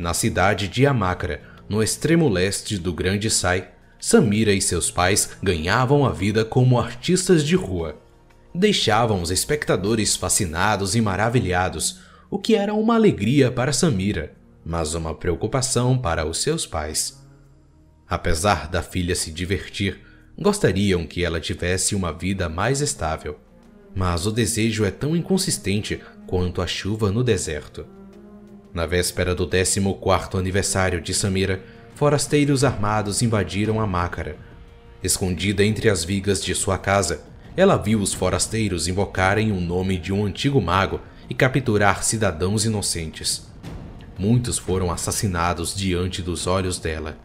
Na cidade de Amakra, no extremo leste do Grande Sai, Samira e seus pais ganhavam a vida como artistas de rua. Deixavam os espectadores fascinados e maravilhados, o que era uma alegria para Samira, mas uma preocupação para os seus pais. Apesar da filha se divertir, gostariam que ela tivesse uma vida mais estável. Mas o desejo é tão inconsistente quanto a chuva no deserto. Na véspera do 14º aniversário de Samira, forasteiros armados invadiram Amakra. Escondida entre as vigas de sua casa, ela viu os forasteiros invocarem o nome de um antigo mago e capturar cidadãos inocentes. Muitos foram assassinados diante dos olhos dela.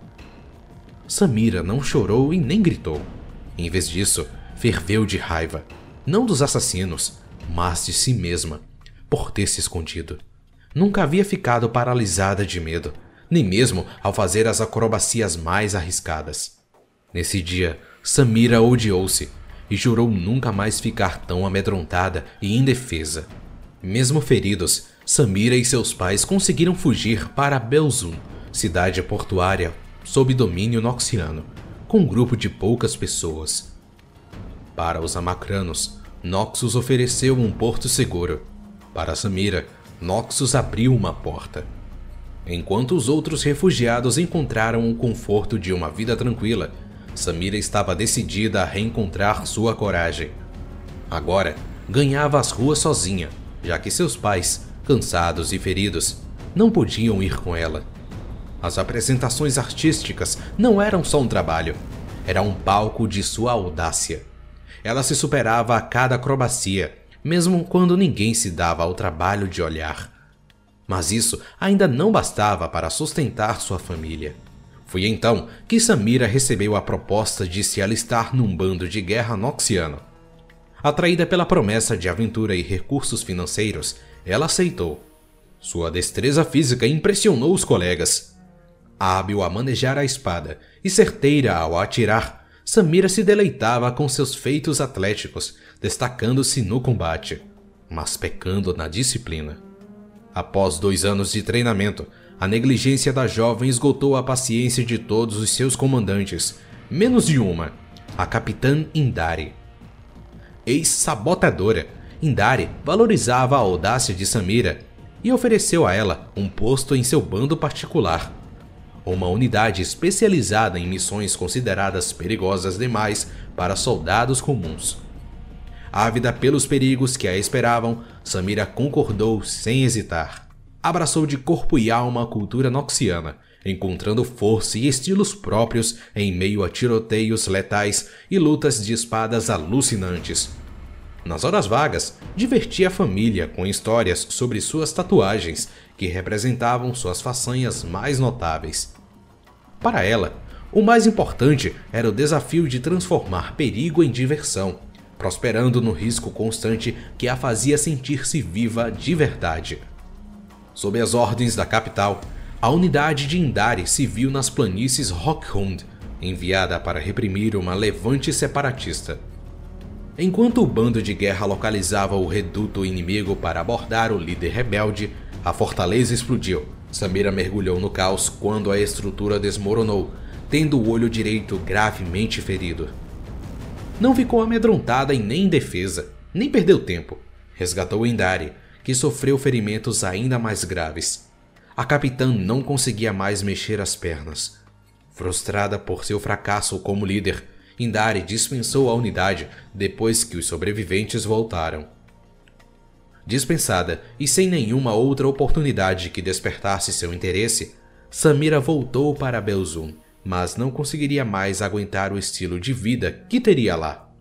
Samira não chorou e nem gritou. Em vez disso, ferveu de raiva, não dos assassinos, mas de si mesma, por ter se escondido. Nunca havia ficado paralisada de medo, nem mesmo ao fazer as acrobacias mais arriscadas. Nesse dia, Samira odiou-se e jurou nunca mais ficar tão amedrontada e indefesa. Mesmo feridos, Samira e seus pais conseguiram fugir para Belzun, cidade portuária sob domínio noxiano, com um grupo de poucas pessoas. Para os amakranos, Noxus ofereceu um porto seguro. Para Samira, Noxus abriu uma porta. Enquanto os outros refugiados encontraram o conforto de uma vida tranquila, Samira estava decidida a reencontrar sua coragem. Agora, ganhava as ruas sozinha, já que seus pais, cansados e feridos, não podiam ir com ela. As apresentações artísticas não eram só um trabalho, era um palco de sua audácia. Ela se superava a cada acrobacia, mesmo quando ninguém se dava ao trabalho de olhar. Mas isso ainda não bastava para sustentar sua família. Foi então que Samira recebeu a proposta de se alistar num bando de guerra noxiano. Atraída pela promessa de aventura e recursos financeiros, ela aceitou. Sua destreza física impressionou os colegas. Hábil a manejar a espada e certeira ao atirar, Samira se deleitava com seus feitos atléticos, destacando-se no combate, mas pecando na disciplina. Após 2 anos de treinamento, a negligência da jovem esgotou a paciência de todos os seus comandantes, menos de uma, a capitã Indari. Ex-sabotadora, Indari valorizava a audácia de Samira e ofereceu a ela um posto em seu bando particular, uma unidade especializada em missões consideradas perigosas demais para soldados comuns. Ávida pelos perigos que a esperavam, Samira concordou sem hesitar. Abraçou de corpo e alma a cultura noxiana, encontrando força e estilos próprios em meio a tiroteios letais e lutas de espadas alucinantes. Nas horas vagas, divertia a família com histórias sobre suas tatuagens, que representavam suas façanhas mais notáveis. Para ela, o mais importante era o desafio de transformar perigo em diversão, prosperando no risco constante que a fazia sentir-se viva de verdade. Sob as ordens da capital, a unidade de Indari se viu nas planícies Rockhund, enviada para reprimir uma levante separatista. Enquanto o bando de guerra localizava o reduto inimigo para abordar o líder rebelde, a fortaleza explodiu. Samira mergulhou no caos quando a estrutura desmoronou, tendo o olho direito gravemente ferido. Não ficou amedrontada e nem indefesa, nem perdeu tempo. Resgatou Indari, que sofreu ferimentos ainda mais graves. A capitã não conseguia mais mexer as pernas. Frustrada por seu fracasso como líder, Indari dispensou a unidade depois que os sobreviventes voltaram. Dispensada e sem nenhuma outra oportunidade que despertasse seu interesse, Samira voltou para Belzun, mas não conseguiria mais aguentar o estilo de vida que teria lá.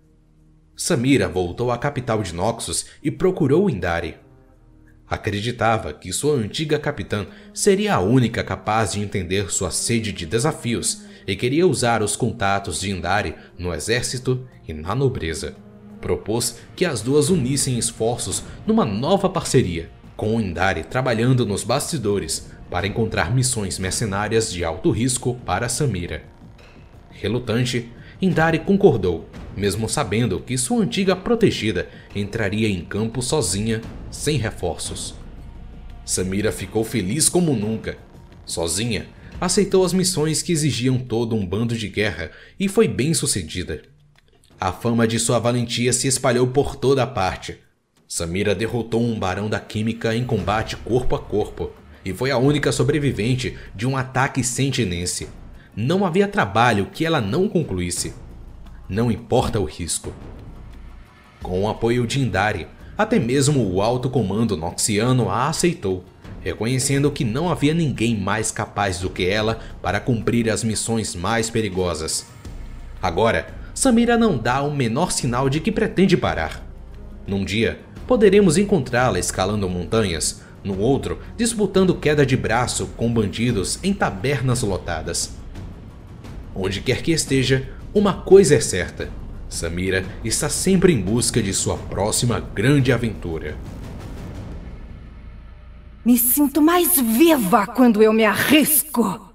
Samira voltou à capital de Noxus e procurou Indari. Acreditava que sua antiga capitã seria a única capaz de entender sua sede de desafios e queria usar os contatos de Indari no exército e na nobreza. Propôs que as duas unissem esforços numa nova parceria, com Indari trabalhando nos bastidores para encontrar missões mercenárias de alto risco para Samira. Relutante, Indari concordou, mesmo sabendo que sua antiga protegida entraria em campo sozinha, sem reforços. Samira ficou feliz como nunca Sozinha, aceitou as missões que exigiam todo um bando de guerra e foi bem sucedida. A fama de sua valentia se espalhou por toda a parte. Samira derrotou um barão da química em combate corpo a corpo e foi a única sobrevivente de um ataque sentinense. Não havia trabalho que ela não concluísse. Não importa o risco. Com o apoio de Indari, até mesmo o alto comando noxiano a aceitou, reconhecendo que não havia ninguém mais capaz do que ela para cumprir as missões mais perigosas. Agora, Samira não dá o menor sinal de que pretende parar. Num dia, poderemos encontrá-la escalando montanhas, no outro, disputando queda de braço com bandidos em tabernas lotadas. Onde quer que esteja, uma coisa é certa: Samira está sempre em busca de sua próxima grande aventura. Me sinto mais viva quando eu me arrisco.